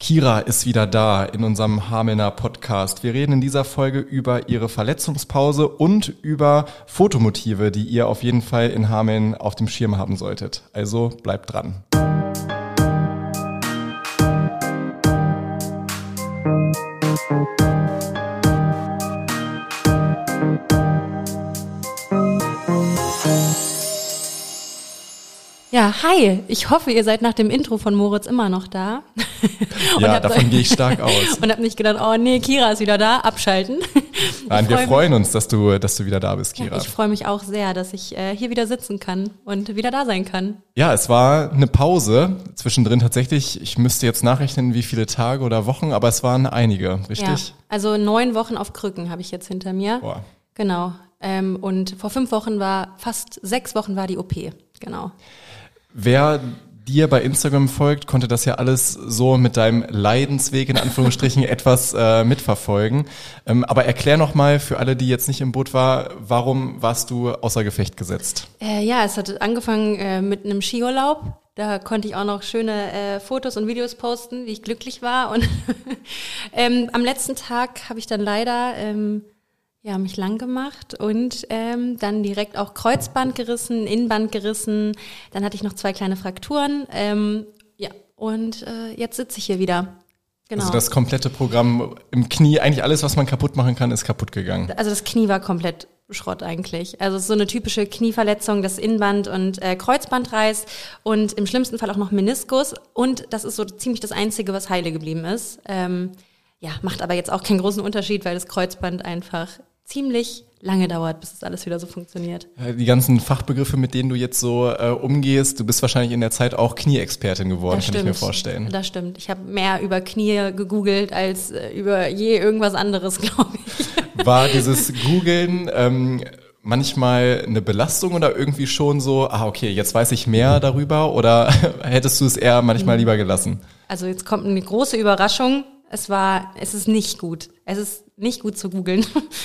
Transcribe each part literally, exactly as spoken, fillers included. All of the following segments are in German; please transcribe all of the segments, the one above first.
Kira ist wieder da in unserem Hamelner Podcast. Wir reden in dieser Folge über ihre Verletzungspause und über Fotomotive, die ihr auf jeden Fall in Hameln auf dem Schirm haben solltet. Also bleibt dran. Ja, hi. Ich hoffe, ihr seid nach dem Intro von Moritz immer noch da. Ja, davon gehe ich stark aus. Und habt nicht gedacht, oh nee, Kira ist wieder da, abschalten. Nein, wir freuen uns, dass du, dass du wieder da bist, Kira. Ja, ich freue mich auch sehr, dass ich äh, hier wieder sitzen kann und wieder da sein kann. Ja, es war eine Pause zwischendrin tatsächlich. Ich müsste jetzt nachrechnen, wie viele Tage oder Wochen, aber es waren einige, richtig? Ja, also neun Wochen auf Krücken habe ich jetzt hinter mir. Boah. Genau. Ähm, und vor fünf Wochen war, fast sechs Wochen war die O P. Genau. Wer dir bei Instagram folgt, konnte das ja alles so mit deinem Leidensweg in Anführungsstrichen etwas äh, mitverfolgen. Ähm, aber erklär noch mal für alle, die jetzt nicht im Boot waren, warum warst du außer Gefecht gesetzt? Äh, ja, es hat angefangen äh, mit einem Skiurlaub. Da konnte ich auch noch schöne äh, Fotos und Videos posten, wie ich glücklich war. Und ähm, am letzten Tag habe ich dann leider ähm, ja, mich lang gemacht und ähm, dann direkt auch Kreuzband gerissen, Innenband gerissen. Dann hatte ich noch zwei kleine Frakturen. Ähm, ja, und äh, jetzt sitze ich hier wieder. Genau. Also das komplette Programm im Knie, eigentlich alles, was man kaputt machen kann, ist kaputt gegangen. Also das Knie war komplett Schrott eigentlich. Also es ist so eine typische Knieverletzung, das Innenband und äh, Kreuzbandreiß und im schlimmsten Fall auch noch Meniskus. Und das ist so ziemlich das Einzige, was heile geblieben ist. Ähm, ja, macht aber jetzt auch keinen großen Unterschied, weil das Kreuzband einfach ziemlich lange dauert, bis das alles wieder so funktioniert. Die ganzen Fachbegriffe, mit denen du jetzt so äh, umgehst, du bist wahrscheinlich in der Zeit auch Knieexpertin geworden, Das kann stimmt. ich mir vorstellen. Das stimmt. Ich habe mehr über Knie gegoogelt als äh, über je irgendwas anderes, glaube ich. War dieses Googlen ähm, manchmal eine Belastung oder irgendwie schon so, ah okay, jetzt weiß ich mehr darüber, oder hättest du es eher manchmal lieber gelassen? Also jetzt kommt eine große Überraschung. Es war, es ist nicht gut. Es ist nicht gut zu googeln.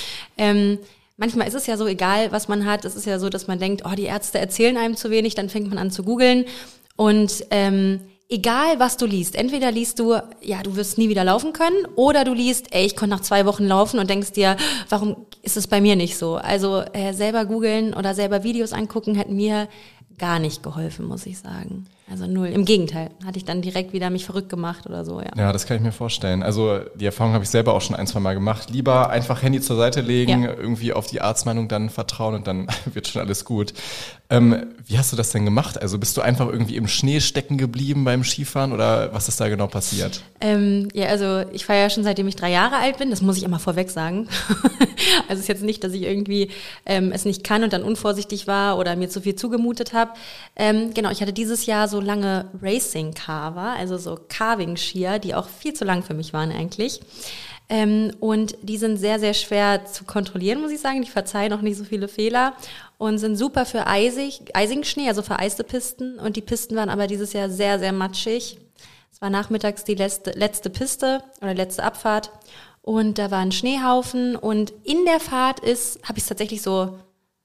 ähm, manchmal ist es ja so egal, was man hat. Es ist ja so, dass man denkt, oh, die Ärzte erzählen einem zu wenig, dann fängt man an zu googeln. Und ähm, egal, was du liest, entweder liest du, ja, du wirst nie wieder laufen können, oder du liest, ey, ich konnte nach zwei Wochen laufen und denkst dir, warum ist es bei mir nicht so? Also äh, selber googeln oder selber Videos angucken hat mir gar nicht geholfen, muss ich sagen. Also null. Im Gegenteil, hatte ich dann direkt wieder mich verrückt gemacht oder so, ja. Ja, das kann ich mir vorstellen. Also die Erfahrung habe ich selber auch schon ein, zwei Mal gemacht. Lieber einfach Handy zur Seite legen, Ja. irgendwie auf die Arztmeinung dann vertrauen und dann wird schon alles gut. Ähm, wie hast du das denn gemacht? Also bist du einfach irgendwie im Schnee stecken geblieben beim Skifahren oder was ist da genau passiert? Ähm, ja, also ich fahre ja schon seitdem ich drei Jahre alt bin, das muss ich immer vorweg sagen. Also es ist jetzt nicht, dass ich irgendwie ähm, es nicht kann und dann unvorsichtig war oder mir zu viel zugemutet habe. Ähm, genau, ich hatte dieses Jahr so lange Racing-Carver, also so Carving-Skier, die auch viel zu lang für mich waren eigentlich. Ähm, und die sind sehr, sehr schwer zu kontrollieren, muss ich sagen. Die verzeihen auch nicht so viele Fehler und sind super für eisig, eisigen Schnee, also vereiste Pisten. Und die Pisten waren aber dieses Jahr sehr, sehr matschig. Es war nachmittags die letzte, letzte Piste oder letzte Abfahrt. Und da war ein Schneehaufen und in der Fahrt ist, habe ich es tatsächlich so,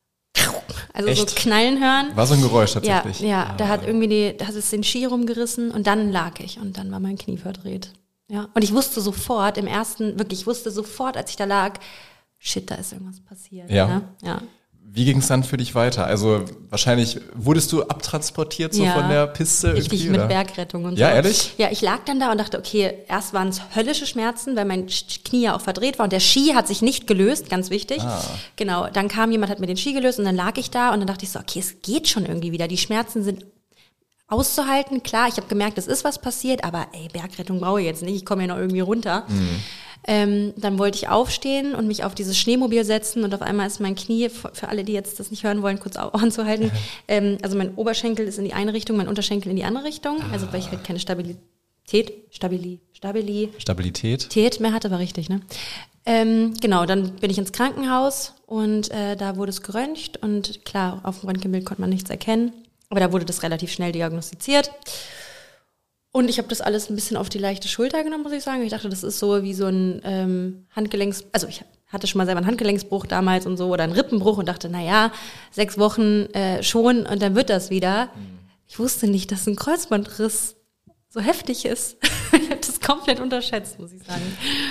also Echt? so knallen hören. War so ein Geräusch tatsächlich? Ja, ja, da hat irgendwie die, da hat es den Ski rumgerissen und dann lag ich und dann war mein Knie verdreht. Ja, und ich wusste sofort im ersten, wirklich, ich wusste sofort, als ich da lag, shit, da ist irgendwas passiert. Ja. Ne? Ja. Wie ging es dann für dich weiter? Also wahrscheinlich wurdest du abtransportiert so Ja, von der Piste richtig irgendwie, mit oder? Bergrettung und so. Ja, ehrlich? Ja, ich lag dann da und dachte, okay, erst waren es höllische Schmerzen, weil mein Knie ja auch verdreht war und der Ski hat sich nicht gelöst, ganz wichtig. Ah. Genau, dann kam jemand, hat mir den Ski gelöst und dann lag ich da und dann dachte ich so, okay, es geht schon irgendwie wieder. Die Schmerzen sind auszuhalten. Klar, ich habe gemerkt, es ist was passiert, aber ey, Bergrettung brauche ich jetzt nicht, ich komme ja noch irgendwie runter. Mhm. Ähm, dann wollte ich aufstehen und mich auf dieses Schneemobil setzen und auf einmal ist mein Knie, für alle, die jetzt das nicht hören wollen, kurz Ohren zu halten, ähm, also mein Oberschenkel ist in die eine Richtung, mein Unterschenkel in die andere Richtung, also weil ich halt keine Stabilität, Stabili, Stabili, Stabilität? Tät mehr hatte, war richtig, ne? Ähm, genau, dann bin ich ins Krankenhaus und äh, da wurde es geröntgt und klar, auf dem Röntgenbild konnte man nichts erkennen, aber da wurde das relativ schnell diagnostiziert. Und ich habe das alles ein bisschen auf die leichte Schulter genommen, muss ich sagen. Ich dachte, das ist so wie so ein ähm, Handgelenks... Also ich hatte schon mal selber einen Handgelenksbruch damals und so oder einen Rippenbruch und dachte, naja, sechs Wochen äh, schon und dann wird das wieder. Mhm. Ich wusste nicht, dass ein Kreuzbandriss so heftig ist. Ich habe das komplett unterschätzt, muss ich sagen.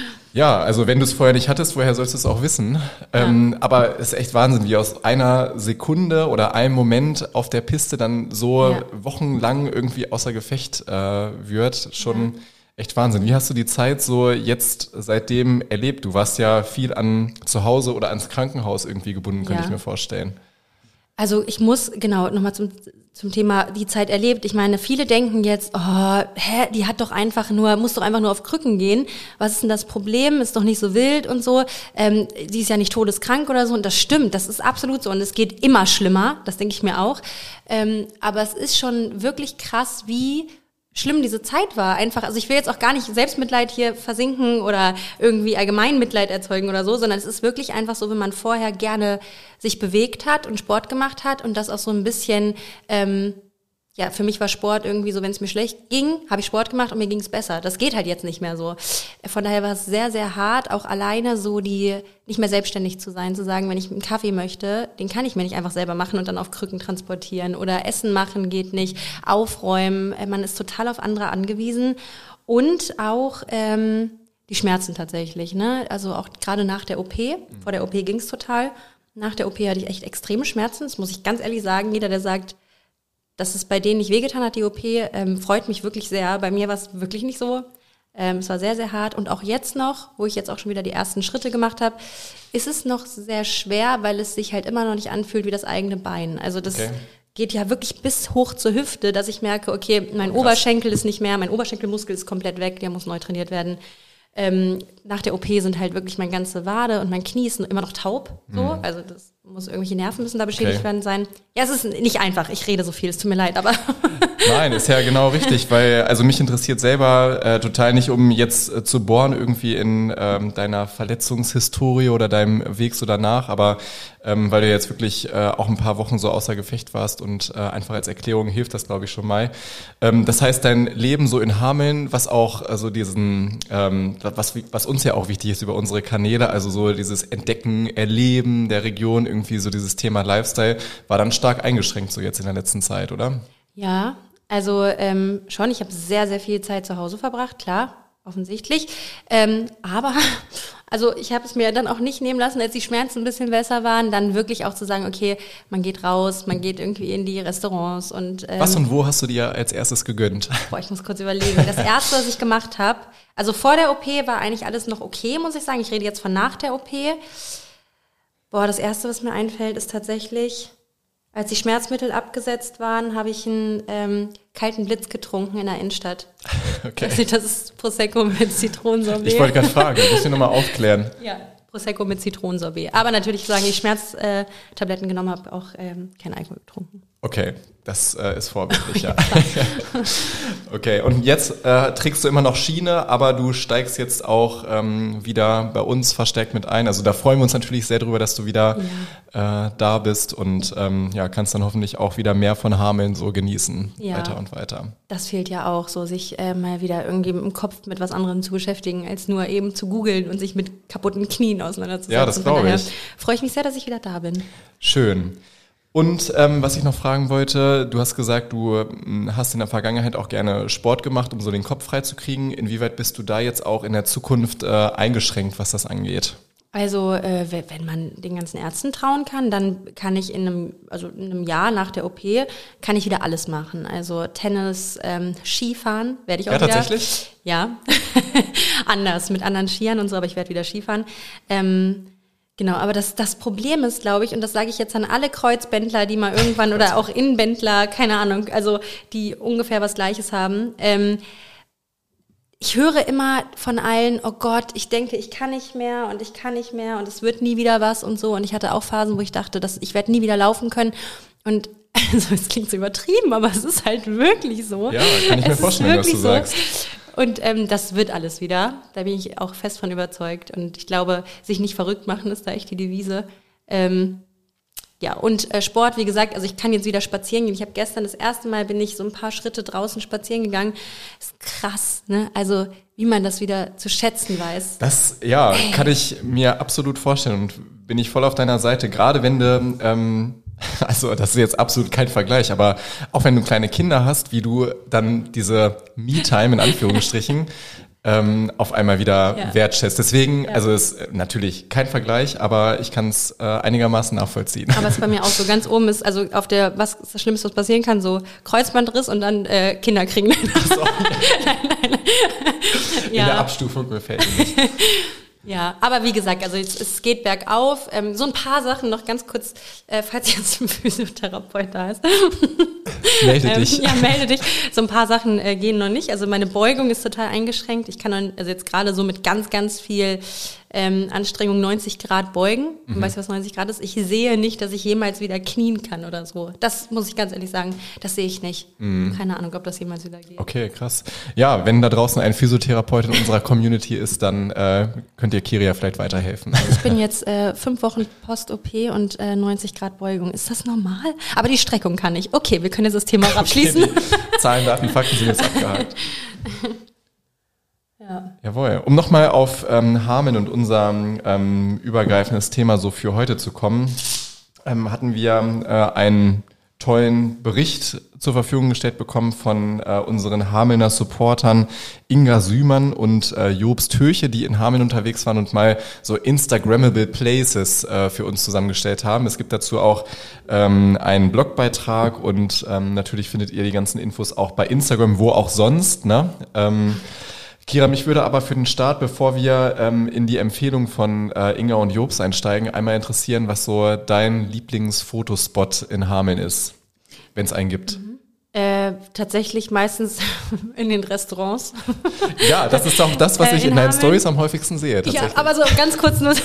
Ja, also wenn du es vorher nicht hattest, woher sollst du es auch wissen? Ja. Ähm, aber es ist echt Wahnsinn, wie aus einer Sekunde oder einem Moment auf der Piste dann so ja. wochenlang irgendwie außer Gefecht äh, wird. Schon ja. echt Wahnsinn. Wie hast du die Zeit so jetzt seitdem erlebt? Du warst ja viel an zu Hause oder ans Krankenhaus irgendwie gebunden, könnte ja. ich mir vorstellen. Also ich muss, genau, nochmal zum zum Thema die Zeit erlebt. Ich meine, viele denken jetzt, oh, hä, die hat doch einfach nur, muss doch einfach nur auf Krücken gehen. Was ist denn das Problem? Ist doch nicht so wild und so. Ähm, die ist ja nicht todeskrank oder so. Und das stimmt, das ist absolut so. Und es geht immer schlimmer, das denke ich mir auch. Ähm, aber es ist schon wirklich krass, wie schlimm diese Zeit war. Einfach, also ich will jetzt auch gar nicht Selbstmitleid hier versinken oder irgendwie allgemein Mitleid erzeugen oder so, sondern es ist wirklich einfach so, wenn man vorher gerne sich bewegt hat und Sport gemacht hat und das auch so ein bisschen, ähm, ja, für mich war Sport irgendwie so, wenn es mir schlecht ging, habe ich Sport gemacht und mir ging es besser. Das geht halt jetzt nicht mehr so. Von daher war es sehr, sehr hart, auch alleine so die, nicht mehr selbstständig zu sein, zu sagen, wenn ich einen Kaffee möchte, den kann ich mir nicht einfach selber machen und dann auf Krücken transportieren oder Essen machen geht nicht, aufräumen, man ist total auf andere angewiesen und auch ähm, die Schmerzen tatsächlich, ne? Also auch gerade nach der O P, vor der O P ging es total, nach der O P hatte ich echt extreme Schmerzen, das muss ich ganz ehrlich sagen, jeder, der sagt, dass es bei denen nicht wehgetan hat, die O P, ähm, freut mich wirklich sehr. Bei mir war es wirklich nicht so. Ähm, es war sehr, sehr hart. Und auch jetzt noch, wo ich jetzt auch schon wieder die ersten Schritte gemacht habe, ist es noch sehr schwer, weil es sich halt immer noch nicht anfühlt wie das eigene Bein. Also das okay. geht ja wirklich bis hoch zur Hüfte, dass ich merke, okay, mein Krass. Oberschenkel ist nicht mehr, mein Oberschenkelmuskel ist komplett weg, der muss neu trainiert werden. Ähm, nach der O P sind halt wirklich meine ganze Wade und mein Knie ist immer noch taub. So. Mhm. Also das muss irgendwelche Nerven müssen da beschädigt okay. werden sein. Ja, es ist nicht einfach. Ich rede so viel, es tut mir leid, aber Nein, ist ja genau richtig, weil also mich interessiert selber äh, total nicht, um jetzt äh, zu bohren irgendwie in ähm, deiner Verletzungshistorie oder deinem Weg so danach, aber ähm, weil du jetzt wirklich äh, auch ein paar Wochen so außer Gefecht warst und äh, einfach als Erklärung hilft das, glaube ich, schon mal. Ähm, das heißt, dein Leben so in Hameln, was auch also diesen, ähm, was was uns ja auch wichtig ist über unsere Kanäle, also so dieses Entdecken, Erleben der Region, irgendwie so dieses Thema Lifestyle, war dann stark eingeschränkt so jetzt in der letzten Zeit, oder? Ja, also ähm, schon, ich habe sehr, sehr viel Zeit zu Hause verbracht, klar, offensichtlich. Ähm, aber also ich habe es mir dann auch nicht nehmen lassen, als die Schmerzen ein bisschen besser waren, dann wirklich auch zu sagen, okay, man geht raus, man geht irgendwie in die Restaurants. Und ähm, was und wo hast du dir als erstes gegönnt? Boah, ich muss kurz überlegen. Das Erste, was ich gemacht habe, also vor der O P war eigentlich alles noch okay, muss ich sagen. Ich rede jetzt von nach der O P. Boah, das Erste, was mir einfällt, ist tatsächlich, als die Schmerzmittel abgesetzt waren, habe ich einen ähm, kalten Blitz getrunken in der Innenstadt. Okay. Also das ist Prosecco mit Zitronensorbet. Ich wollte gerade fragen, muss ich nochmal aufklären. Ja, Prosecco mit Zitronensorbet. Aber natürlich, solange ich Schmerztabletten äh, genommen habe, auch ähm, kein Alkohol getrunken. Okay, das äh, ist vorbildlich, ja. Okay, und jetzt äh, trägst du immer noch Schiene, aber du steigst jetzt auch ähm, wieder bei uns verstärkt mit ein. Also da freuen wir uns natürlich sehr drüber, dass du wieder ja. äh, da bist und ähm, ja, kannst dann hoffentlich auch wieder mehr von Hameln so genießen, ja. weiter und weiter. Das fehlt ja auch, so sich äh, mal wieder irgendwie im Kopf mit was anderem zu beschäftigen, als nur eben zu googeln und sich mit kaputten Knien auseinanderzusetzen. Ja, das glaube ich. Freue ich mich sehr, dass ich wieder da bin. Schön. Und ähm, was ich noch fragen wollte, du hast gesagt, du ähm, hast in der Vergangenheit auch gerne Sport gemacht, um so den Kopf frei zu kriegen. Inwieweit bist du da jetzt auch in der Zukunft äh, eingeschränkt, was das angeht? Also äh, wenn man den ganzen Ärzten trauen kann, dann kann ich in einem, also in einem Jahr nach der O P, kann ich wieder alles machen. Also Tennis, ähm, Skifahren werde ich auch ja, wieder. Ja, tatsächlich? Ja, anders, mit anderen Skiern und so, aber ich werde wieder Skifahren. Ähm, Genau, aber das, das Problem ist, glaube ich, und das sage ich jetzt an alle Kreuzbändler, die mal irgendwann oder auch Innenbändler, keine Ahnung, also die ungefähr was Gleiches haben. Ähm, ich höre immer von allen, oh Gott, ich denke, ich kann nicht mehr und ich kann nicht mehr und es wird nie wieder was und so. Und ich hatte auch Phasen, wo ich dachte, dass ich werde nie wieder laufen können. Und also es klingt so übertrieben, aber es ist halt wirklich so. Ja, kann ich mir es vorstellen, was du so. sagst. Und ähm, das wird alles wieder. Da bin ich auch fest von überzeugt. Und ich glaube, sich nicht verrückt machen, ist da echt die Devise. Ähm, ja, und äh, Sport, wie gesagt, also ich kann jetzt wieder spazieren gehen. Ich habe gestern das erste Mal, bin ich so ein paar Schritte draußen spazieren gegangen. Ist krass, ne? Also wie man das wieder zu schätzen weiß. Das, ja, Ey. kann ich mir absolut vorstellen. Und bin ich voll auf deiner Seite. Gerade wenn du... Ähm Also das ist jetzt absolut kein Vergleich, aber auch wenn du kleine Kinder hast, wie du dann diese Me-Time in Anführungsstrichen ähm, auf einmal wieder ja. wertschätzt. Deswegen, ja. also es ist natürlich kein Vergleich, aber ich kann es äh, einigermaßen nachvollziehen. Aber es ist bei mir auch so, ganz oben ist, also auf der, was ist das Schlimmste, was passieren kann, so Kreuzbandriss und dann äh, Kinder kriegen. So. nein, nein. In ja. der Abstufung gefällt mir nicht. Ja, aber wie gesagt, also es, es geht bergauf. Ähm, so ein paar Sachen noch ganz kurz, äh, falls jetzt ein Physiotherapeut da ist. Melde dich. Ähm, ja, melde dich. So ein paar Sachen äh, gehen noch nicht. Also meine Beugung ist total eingeschränkt. Ich kann dann, also jetzt gerade so mit ganz, ganz viel ähm, Anstrengung neunzig Grad beugen. Mhm. Weißt du, was neunzig Grad ist? Ich sehe nicht, dass ich jemals wieder knien kann oder so. Das muss ich ganz ehrlich sagen, das sehe ich nicht. Mhm. Keine Ahnung, ob das jemals wieder geht. Okay, krass. Ja, wenn da draußen ein Physiotherapeut in unserer Community ist, dann äh, könnt ihr Kiri ja vielleicht weiterhelfen. Ich bin jetzt äh, fünf Wochen Post-O P und äh, neunzig Grad Beugung. Ist das normal? Aber die Streckung kann ich. Okay, wir können jetzt das Thema auch abschließen. Okay, Zahlen, Daten, Fakten sind jetzt abgehakt. Ja. Jawohl. Um nochmal auf ähm, Hameln und unser ähm, übergreifendes Thema so für heute zu kommen, ähm, hatten wir äh, einen tollen Bericht zur Verfügung gestellt bekommen von äh, unseren Hamelner Supportern Inga Sümann und äh, Jobst Höche, die in Hameln unterwegs waren und mal so Instagrammable Places äh, für uns zusammengestellt haben. Es gibt dazu auch ähm, einen Blogbeitrag und ähm, natürlich findet ihr die ganzen Infos auch bei Instagram, wo auch sonst, ne? Ähm, Kira, mich würde aber für den Start, bevor wir ähm, in die Empfehlung von äh, Inga und Jobst einsteigen, einmal interessieren, was so dein Lieblingsfotospot in Hameln ist, wenn es einen gibt. Mhm. Äh, tatsächlich meistens in den Restaurants. Ja, das ist auch das, was äh, ich in, in deinen Hameln. Stories am häufigsten sehe. Ja, aber so ganz kurz nur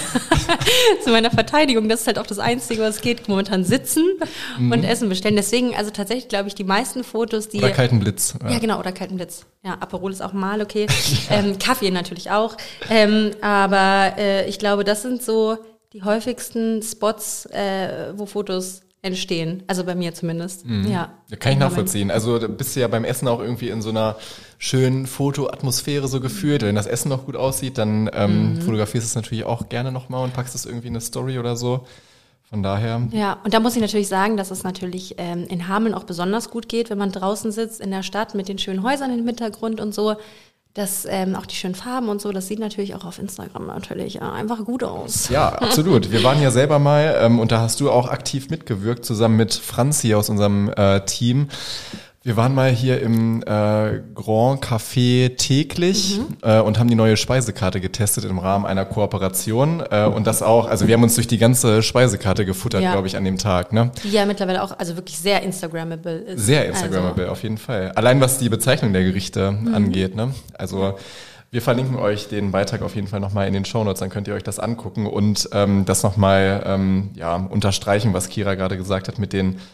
zu meiner Verteidigung. Das ist halt auch das Einzige, was geht. Momentan sitzen mhm. und Essen bestellen. Deswegen, also tatsächlich glaube ich, die meisten Fotos, die... Oder kalten Blitz. Ja, ja genau, oder kalten Blitz. Ja, Aperol ist auch mal okay. Ja. Ähm, Kaffee natürlich auch. Ähm, aber äh, ich glaube, das sind so die häufigsten Spots, äh, wo Fotos entstehen. Also bei mir zumindest. Mhm. Ja. Ja, kann ich nachvollziehen. Also da bist du ja beim Essen auch irgendwie in so einer schönen Fotoatmosphäre so gefühlt. Wenn das Essen noch gut aussieht, dann ähm, mhm. fotografierst du es natürlich auch gerne nochmal und packst es irgendwie in eine Story oder so. Von daher. Ja, und da muss ich natürlich sagen, dass es natürlich ähm, in Hameln auch besonders gut geht, wenn man draußen sitzt in der Stadt mit den schönen Häusern im Hintergrund und so. Das, ähm, auch die schönen Farben und so, das sieht natürlich auch auf Instagram natürlich ja, einfach gut aus. Ja, absolut. Wir waren ja selber mal, ähm, und da hast du auch aktiv mitgewirkt, zusammen mit Franzi aus unserem äh, Team. Wir waren mal hier im äh, Grand Café täglich mhm. äh, und haben die neue Speisekarte getestet im Rahmen einer Kooperation. Äh, und das auch, also wir haben uns durch die ganze Speisekarte gefuttert, ja. glaube ich, an dem Tag. Ne? Die ja mittlerweile auch also wirklich sehr Instagrammable ist. Sehr Instagrammable, also. Auf jeden Fall. Allein was die Bezeichnung der Gerichte mhm. angeht. Ne? Also wir verlinken euch den Beitrag auf jeden Fall nochmal in den Shownotes, dann könnt ihr euch das angucken und ähm, das nochmal ähm, ja, unterstreichen, was Kira gerade gesagt hat mit den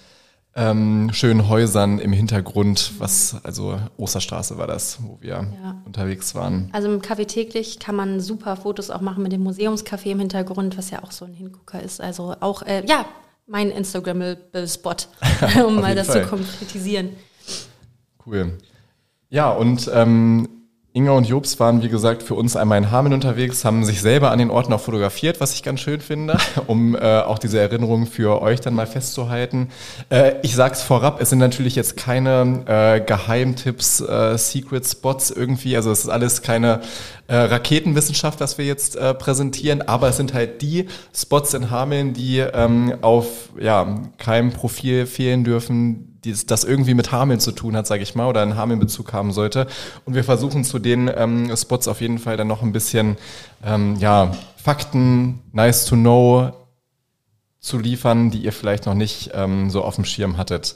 Ähm, schönen Häusern im Hintergrund, was, also Osterstraße war das, wo wir ja. unterwegs waren. Also im Café täglich kann man super Fotos auch machen mit dem Museumscafé im Hintergrund, was ja auch so ein Hingucker ist. Also auch, äh, ja, mein Instagrammable-Spot, um mal das Fall. zu konkretisieren. Cool. Ja, und ähm, Inga und Jobst waren, wie gesagt, für uns einmal in Hameln unterwegs, haben sich selber an den Orten auch fotografiert, was ich ganz schön finde, um äh, auch diese Erinnerungen für euch dann mal festzuhalten. Äh, ich sag's vorab, es sind natürlich jetzt keine äh, Geheimtipps, äh, Secret Spots irgendwie, also es ist alles keine äh, Raketenwissenschaft, was wir jetzt äh, präsentieren, aber es sind halt die Spots in Hameln, die ähm, auf ja keinem Profil fehlen dürfen, die das irgendwie mit Hameln zu tun hat, sage ich mal, oder einen Hameln-Bezug haben sollte. Und wir versuchen zu den ähm, Spots auf jeden Fall dann noch ein bisschen ähm, ja Fakten, nice to know zu liefern, die ihr vielleicht noch nicht ähm, so auf dem Schirm hattet.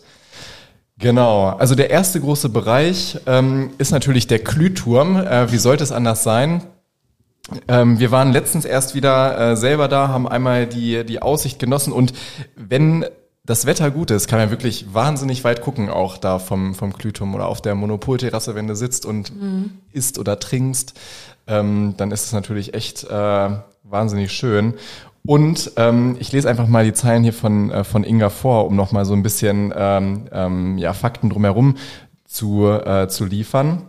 Genau, also der erste große Bereich ähm, ist natürlich der Klüturm. Äh, wie sollte es anders sein? Ähm, wir waren letztens erst wieder äh, selber da, haben einmal die die Aussicht genossen und wenn das Wetter gut ist, kann man wirklich wahnsinnig weit gucken, auch da vom vom Klüturm oder auf der Monopolterrasse, wenn du sitzt und mhm. isst oder trinkst, ähm, dann ist es natürlich echt äh, wahnsinnig schön. Und ähm, ich lese einfach mal die Zeilen hier von äh, von Inga vor, um nochmal so ein bisschen ähm, ähm, ja Fakten drumherum zu äh, zu liefern.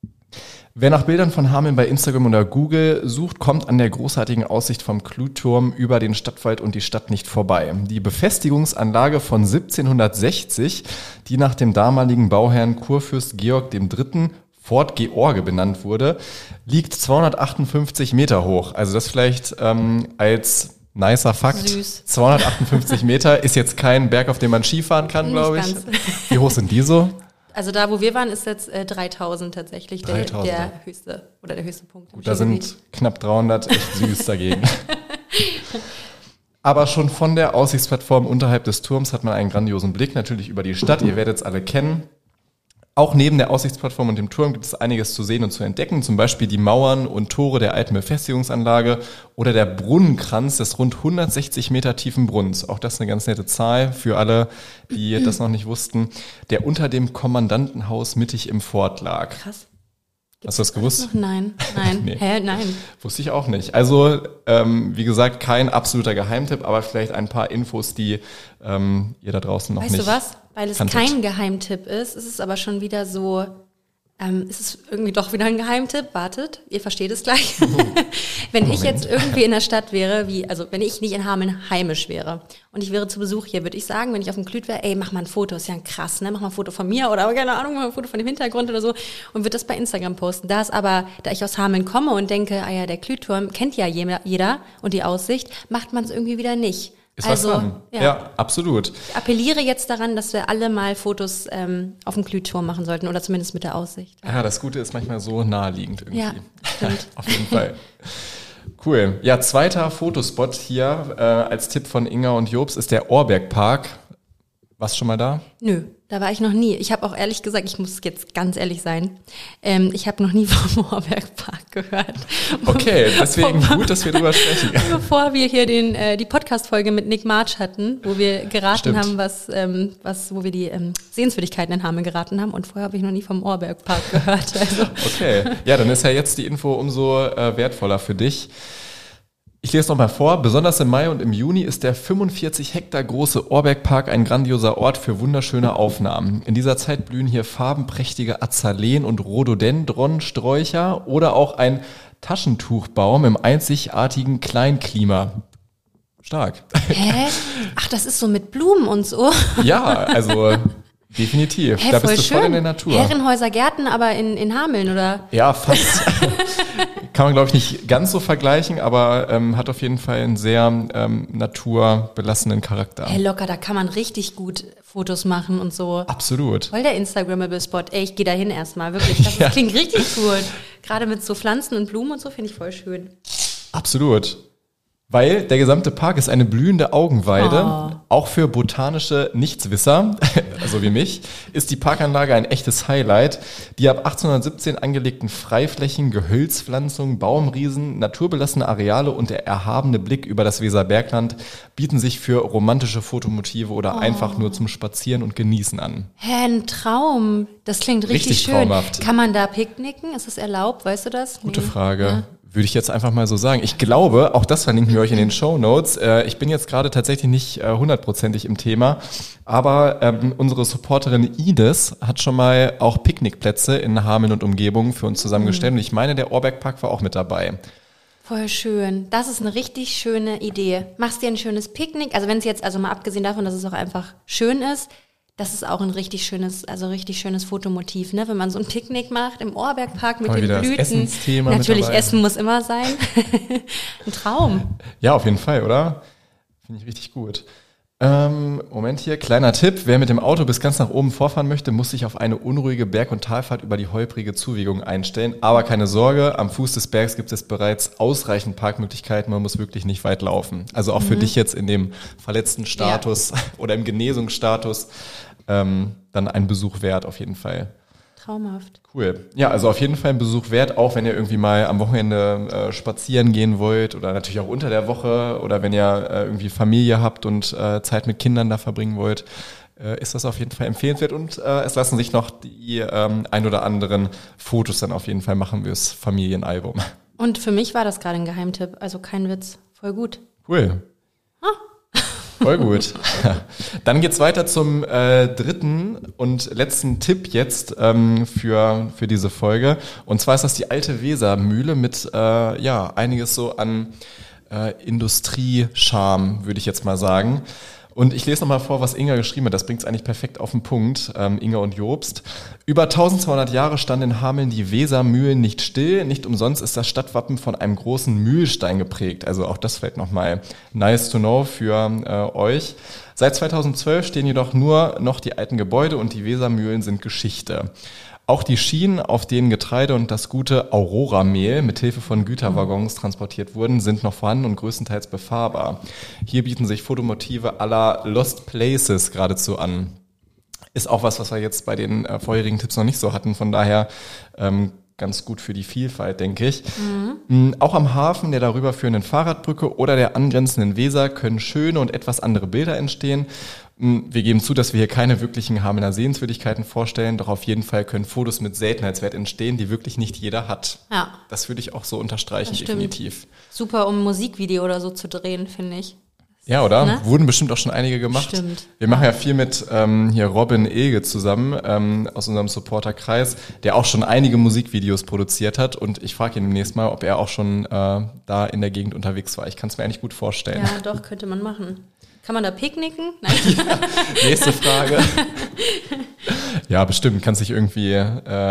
Wer nach Bildern von Hameln bei Instagram oder Google sucht, kommt an der großartigen Aussicht vom Klüturm über den Stadtwald und die Stadt nicht vorbei. Die Befestigungsanlage von siebzehnhundertsechzig, die nach dem damaligen Bauherrn Kurfürst Georg der Dritte. Fort George benannt wurde, liegt zweihundertachtundfünfzig Meter hoch. Also das vielleicht ähm, als nicer Fakt. Süß. zweihundertachtundfünfzig Meter ist jetzt kein Berg, auf dem man Skifahren kann, glaube ich. Wie hoch sind die so? Also da, wo wir waren, ist jetzt äh, dreitausend tatsächlich der, dreitausend. der höchste oder der höchste Punkt. Gut, da sind knapp dreihundert, echt süß dagegen. Aber schon von der Aussichtsplattform unterhalb des Turms hat man einen grandiosen Blick natürlich über die Stadt. Ihr werdet es alle kennen. Auch neben der Aussichtsplattform und dem Turm gibt es einiges zu sehen und zu entdecken. Zum Beispiel die Mauern und Tore der alten Befestigungsanlage oder der Brunnenkranz des rund hundertsechzig Meter tiefen Brunnens. Auch das ist eine ganz nette Zahl für alle, die das noch nicht wussten. Der unter dem Kommandantenhaus mittig im Fort lag. Krass. Hast du das gewusst? Nein, nein. Nee. Hä, nein. Wusste ich auch nicht. Also, ähm, wie gesagt, kein absoluter Geheimtipp, aber vielleicht ein paar Infos, die ähm, ihr da draußen noch weißt nicht Weißt du was? Weil es kanntet. kein Geheimtipp ist, ist es aber schon wieder so, ähm, ist es irgendwie doch wieder ein Geheimtipp. Wartet, ihr versteht es gleich. Wenn Moment. ich jetzt irgendwie in der Stadt wäre, wie, also wenn ich nicht in Hameln heimisch wäre und ich wäre zu Besuch hier, würde ich sagen, wenn ich auf dem Klüt wäre, ey, mach mal ein Foto, ist ja krass, ne? Mach mal ein Foto von mir oder keine Ahnung, mach mal ein Foto von dem Hintergrund oder so und würde das bei Instagram posten. Da ist aber, da ich aus Hameln komme und denke, ah ja, der Klütturm kennt ja jeder und die Aussicht, macht man es irgendwie wieder nicht. Ist also, was dran. Ja. ja, absolut. Ich appelliere jetzt daran, dass wir alle mal Fotos ähm, auf dem Klütturm machen sollten oder zumindest mit der Aussicht. Ja, das Gute ist manchmal so naheliegend irgendwie. Ja, stimmt. Auf jeden Fall. Cool. Ja, zweiter Fotospot hier äh, als Tipp von Inga und Jobs ist der Ohrbergpark. Warst du schon mal da? Nö, da war ich noch nie. Ich habe auch ehrlich gesagt, ich muss jetzt ganz ehrlich sein, ähm, ich habe noch nie vom Ohrbergpark gehört. Okay, deswegen gut, dass wir drüber sprechen. Bevor wir hier den äh, die Podcast-Folge mit Nick March hatten, wo wir geraten Stimmt. haben, was, ähm, was, wo wir die ähm, Sehenswürdigkeiten in Hameln geraten haben. Und vorher habe ich noch nie vom Ohrbergpark gehört. Also. Okay, ja, dann ist ja jetzt die Info umso äh, wertvoller für dich. Ich lese noch mal vor. Besonders im Mai und im Juni ist der fünfundvierzig Hektar große Ohrbergpark ein grandioser Ort für wunderschöne Aufnahmen. In dieser Zeit blühen hier farbenprächtige Azaleen und Rhododendron-Sträucher oder auch ein Taschentuchbaum im einzigartigen Kleinklima. Stark. Hä? Ach, das ist so mit Blumen und so? Ja, also definitiv. Hä, da voll bist du schön. voll in der Natur. Herrenhäuser Gärten, aber in, in Hameln, oder? Ja, fast. Kann man, glaube ich, nicht ganz so vergleichen, aber ähm, hat auf jeden Fall einen sehr ähm, naturbelassenen Charakter. Hey, locker, da kann man richtig gut Fotos machen und so. Absolut. Voll der Instagrammable-Spot. Ey, ich gehe da hin erstmal, wirklich. Das Ja. klingt richtig gut. Gerade mit so Pflanzen und Blumen und so finde ich voll schön. Absolut. Weil der gesamte Park ist eine blühende Augenweide. Oh. Auch für botanische Nichtswisser, also wie mich, ist die Parkanlage ein echtes Highlight. Die ab achtzehnhundertsiebzehn angelegten Freiflächen, Gehölzpflanzungen, Baumriesen, naturbelassene Areale und der erhabene Blick über das Weserbergland bieten sich für romantische Fotomotive oder Oh. einfach nur zum Spazieren und Genießen an. Hä, ein Traum. Das klingt richtig, Richtig schön. traumhaft. Kann man da picknicken? Ist das erlaubt? Weißt du das? Gute Nee. Frage. Ja. Würde ich jetzt einfach mal so sagen. Ich glaube, auch das verlinken wir euch in den Shownotes. Äh, ich bin jetzt gerade tatsächlich nicht äh, hundertprozentig im Thema, aber ähm, unsere Supporterin Ides hat schon mal auch Picknickplätze in Hameln und Umgebung für uns zusammengestellt. Und ich meine, der Ohrbergpark war auch mit dabei. Voll schön. Das ist eine richtig schöne Idee. Machst dir ein schönes Picknick. Also wenn es jetzt, also mal abgesehen davon, dass es auch einfach schön ist, das ist auch ein richtig schönes, also richtig schönes Fotomotiv, ne? Wenn man so ein Picknick macht im Ohrbergpark mit Mal den wieder das Blüten. Essensthema mit Natürlich, dabei. Essen muss immer sein. Ein Traum. Ja, auf jeden Fall, oder? Finde ich richtig gut. Ähm, Moment hier, kleiner Tipp. Wer mit dem Auto bis ganz nach oben vorfahren möchte, muss sich auf eine unruhige Berg- und Talfahrt über die holprige Zuwegung einstellen. Aber keine Sorge, am Fuß des Bergs gibt es bereits ausreichend Parkmöglichkeiten. Man muss wirklich nicht weit laufen. Also auch für dich jetzt in dem verletzten Status oder im Genesungsstatus ähm, dann ein Besuch wert auf jeden Fall. Traumhaft. Cool. Ja, also auf jeden Fall ein Besuch wert, auch wenn ihr irgendwie mal am Wochenende äh, spazieren gehen wollt oder natürlich auch unter der Woche oder wenn ihr äh, irgendwie Familie habt und äh, Zeit mit Kindern da verbringen wollt, äh, ist das auf jeden Fall empfehlenswert und äh, es lassen sich noch die ähm, ein oder anderen Fotos dann auf jeden Fall machen fürs Familienalbum. Und für mich war das gerade ein Geheimtipp, also kein Witz. Voll gut. Cool. Voll gut. Dann geht's weiter zum äh, dritten und letzten Tipp jetzt ähm, für für diese Folge. Und zwar ist das die alte Wesermühle mit äh, ja einiges so an äh, Industriescharme, würde ich jetzt mal sagen. Und ich lese nochmal vor, was Inga geschrieben hat. Das bringt es eigentlich perfekt auf den Punkt. Ähm, Inga und Jobst. Über eintausendzweihundert Jahre stand in Hameln die Wesermühlen nicht still. Nicht umsonst ist das Stadtwappen von einem großen Mühlstein geprägt. Also auch das vielleicht nochmal nice to know für äh, euch. Seit zweitausendzwölf stehen jedoch nur noch die alten Gebäude und die Wesermühlen sind Geschichte. Auch die Schienen, auf denen Getreide und das gute Aurora-Mehl mithilfe von Güterwaggons transportiert wurden, sind noch vorhanden und größtenteils befahrbar. Hier bieten sich Fotomotive aller Lost Places geradezu an. Ist auch was, was wir jetzt bei den äh, vorherigen Tipps noch nicht so hatten. Von daher ähm, ganz gut für die Vielfalt, denke ich. Mhm. Auch am Hafen, der darüber führenden Fahrradbrücke oder der angrenzenden Weser können schöne und etwas andere Bilder entstehen. Wir geben zu, dass wir hier keine wirklichen Hamelner Sehenswürdigkeiten vorstellen, doch auf jeden Fall können Fotos mit Seltenheitswert entstehen, die wirklich nicht jeder hat. Ja. Das würde ich auch so unterstreichen, definitiv. Super, um ein Musikvideo oder so zu drehen, finde ich. Ja, oder? Ne? Wurden bestimmt auch schon einige gemacht. Stimmt. Wir machen ja viel mit ähm, hier Robin Ilge zusammen ähm, aus unserem Supporterkreis, der auch schon einige Musikvideos produziert hat. Und ich frage ihn demnächst mal, ob er auch schon äh, da in der Gegend unterwegs war. Ich kann es mir eigentlich gut vorstellen. Ja, doch, könnte man machen. Kann man da picknicken? Nein. Ja, nächste Frage. Ja, bestimmt. Kannst dich irgendwie äh,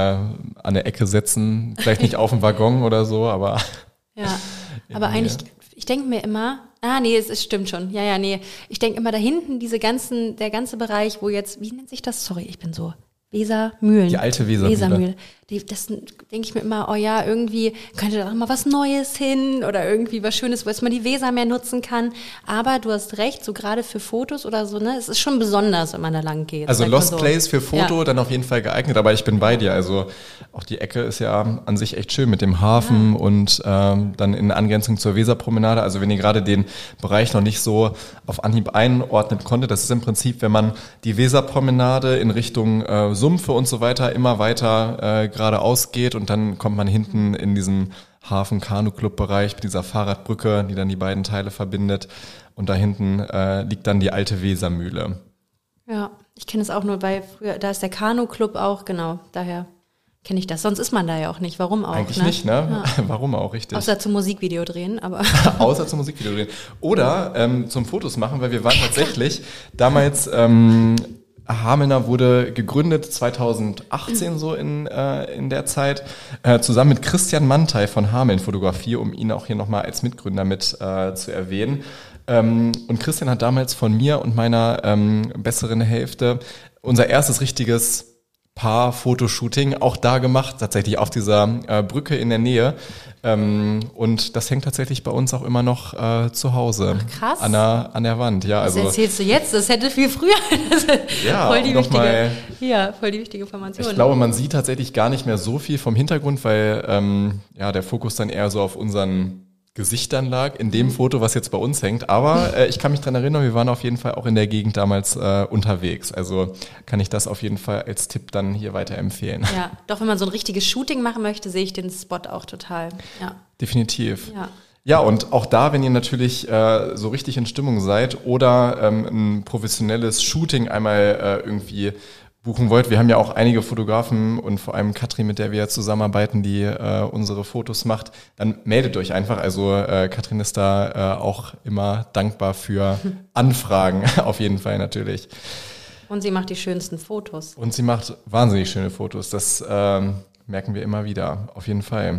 an der Ecke setzen. Vielleicht nicht auf dem Waggon oder so, aber... Ja, aber eigentlich... Ich denke mir immer, ah nee, es, es stimmt schon. Ja, ja, nee. Ich denke immer da hinten, diese ganzen, der ganze Bereich, wo jetzt, wie nennt sich das? Sorry, ich bin so. Wesermühlen. Die alte Wesermühle. Wesermühle. Die, das denke ich mir immer, oh ja, irgendwie könnte da auch mal was Neues hin oder irgendwie was Schönes, wo jetzt mal die Weser mehr nutzen kann. Aber du hast recht, so gerade für Fotos oder so, ne, es ist schon besonders, wenn man da lang geht. Also Lost so. Place für Foto, ja. Dann auf jeden Fall geeignet, aber ich bin bei dir. Also auch die Ecke ist ja an sich echt schön mit dem Hafen ja. und ähm, dann in Angrenzung zur Weserpromenade. Also wenn ihr gerade den Bereich noch nicht so auf Anhieb einordnen konntet, das ist im Prinzip, wenn man die Weserpromenade in Richtung äh, Sumpfe und so weiter immer weiter äh, geradeaus geht und dann kommt man hinten in diesen Hafen-Kanu-Club-Bereich mit dieser Fahrradbrücke, die dann die beiden Teile verbindet und da hinten äh, liegt dann die alte Wesermühle. Ja, ich kenne es auch nur bei früher, da ist der Kanu-Club auch, genau, daher kenne ich das. Sonst ist man da ja auch nicht. Warum auch? Eigentlich ne? nicht, ne? Ja. Warum auch, richtig. Außer zum Musikvideo drehen, aber... Außer zum Musikvideo drehen. Oder ähm, zum Fotos machen, weil wir waren tatsächlich damals... Ähm, Hamelner wurde gegründet zweitausendachtzehn so in äh, in der Zeit, äh, zusammen mit Christian Mantei von Hameln Fotografie, um ihn auch hier nochmal als Mitgründer mit äh, zu erwähnen. Ähm, und Christian hat damals von mir und meiner ähm, besseren Hälfte unser erstes richtiges Paar-Fotoshooting auch da gemacht, tatsächlich auf dieser äh, Brücke in der Nähe. Ähm, und das hängt tatsächlich bei uns auch immer noch äh, zu Hause. Ach, krass. An der, an der Wand, ja. Das also, erzählst du jetzt, das hätte viel früher. Ja, voll die wichtige, mal, ja, voll die wichtige Information. Ich glaube, man sieht tatsächlich gar nicht mehr so viel vom Hintergrund, weil ähm, ja der Fokus dann eher so auf unseren Gesichtern lag, in dem Foto, was jetzt bei uns hängt. Aber äh, ich kann mich dran erinnern, wir waren auf jeden Fall auch in der Gegend damals äh, unterwegs. Also kann ich das auf jeden Fall als Tipp dann hier weiterempfehlen. Ja, doch wenn man so ein richtiges Shooting machen möchte, sehe ich den Spot auch total. Ja. Definitiv. Ja. Ja, und auch da, wenn ihr natürlich äh, so richtig in Stimmung seid oder ähm, ein professionelles Shooting einmal äh, irgendwie buchen wollt. Wir haben ja auch einige Fotografen und vor allem Katrin, mit der wir zusammenarbeiten, die äh, unsere Fotos macht. Dann meldet euch einfach. Also äh, Katrin ist da äh, auch immer dankbar für Anfragen, auf jeden Fall natürlich. Und sie macht die schönsten Fotos. Und sie macht wahnsinnig schöne Fotos. Das ähm, merken wir immer wieder, auf jeden Fall.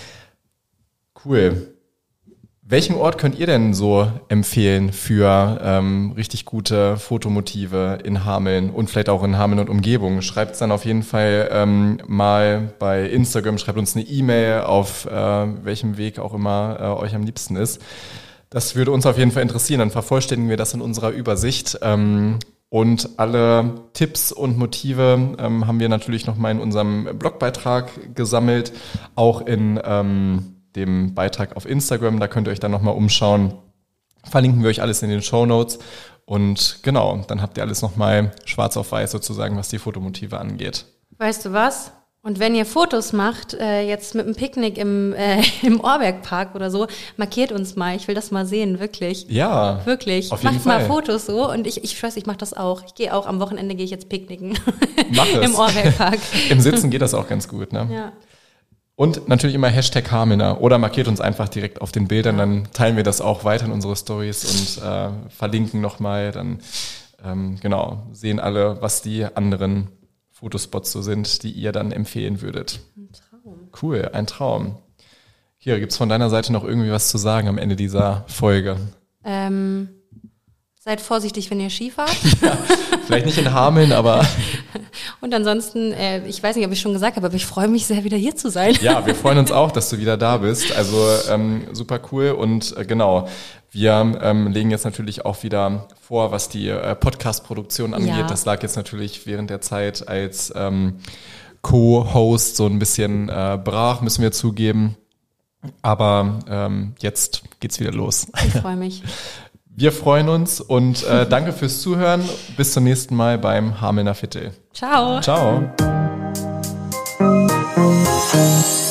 Cool. Welchen Ort könnt ihr denn so empfehlen für ähm, richtig gute Fotomotive in Hameln und vielleicht auch in Hameln und Umgebung? Schreibt es dann auf jeden Fall ähm, mal bei Instagram, schreibt uns eine E-Mail, auf äh, welchem Weg auch immer äh, euch am liebsten ist. Das würde uns auf jeden Fall interessieren. Dann vervollständigen wir das in unserer Übersicht. Ähm, und alle Tipps und Motive ähm, haben wir natürlich nochmal in unserem Blogbeitrag gesammelt, auch in... Ähm, dem Beitrag auf Instagram, da könnt ihr euch dann nochmal umschauen. Verlinken wir euch alles in den Shownotes und genau, dann habt ihr alles nochmal schwarz auf weiß sozusagen, was die Fotomotive angeht. Weißt du was? Und wenn ihr Fotos macht, äh, jetzt mit einem Picknick im, äh, im Orbergpark oder so, markiert uns mal, ich will das mal sehen, wirklich. Ja, wirklich. auf jeden Macht Fall. mal Fotos so und ich, ich weiß, ich mache das auch. Ich gehe auch, am Wochenende gehe ich jetzt picknicken. Mach es. Im Orbergpark. Im Sitzen geht das auch ganz gut, ne? Ja. Und natürlich immer Hashtag Hamelner oder markiert uns einfach direkt auf den Bildern, dann teilen wir das auch weiter in unsere Stories und äh, verlinken nochmal, dann ähm, genau, sehen alle, was die anderen Fotospots so sind, die ihr dann empfehlen würdet. Ein Traum. Cool, ein Traum. Hier, gibt's von deiner Seite noch irgendwie was zu sagen am Ende dieser Folge? Ähm, seid vorsichtig, wenn ihr Ski fahrt. Ja, vielleicht nicht in Hameln, aber... Und ansonsten, äh, ich weiß nicht, ob ich schon gesagt habe, aber ich freue mich sehr, wieder hier zu sein. Ja, wir freuen uns auch, dass du wieder da bist. Also ähm, super cool und äh, genau, wir ähm, legen jetzt natürlich auch wieder vor, was die äh, Podcast-Produktion angeht. Ja. Das lag jetzt natürlich während der Zeit als ähm, Co-Host so ein bisschen äh, brach, müssen wir zugeben. Aber ähm, jetzt geht's wieder los. Ich freue mich. Wir freuen uns und äh, danke fürs Zuhören. Bis zum nächsten Mal beim Hamelner Viertel. Ciao. Ciao.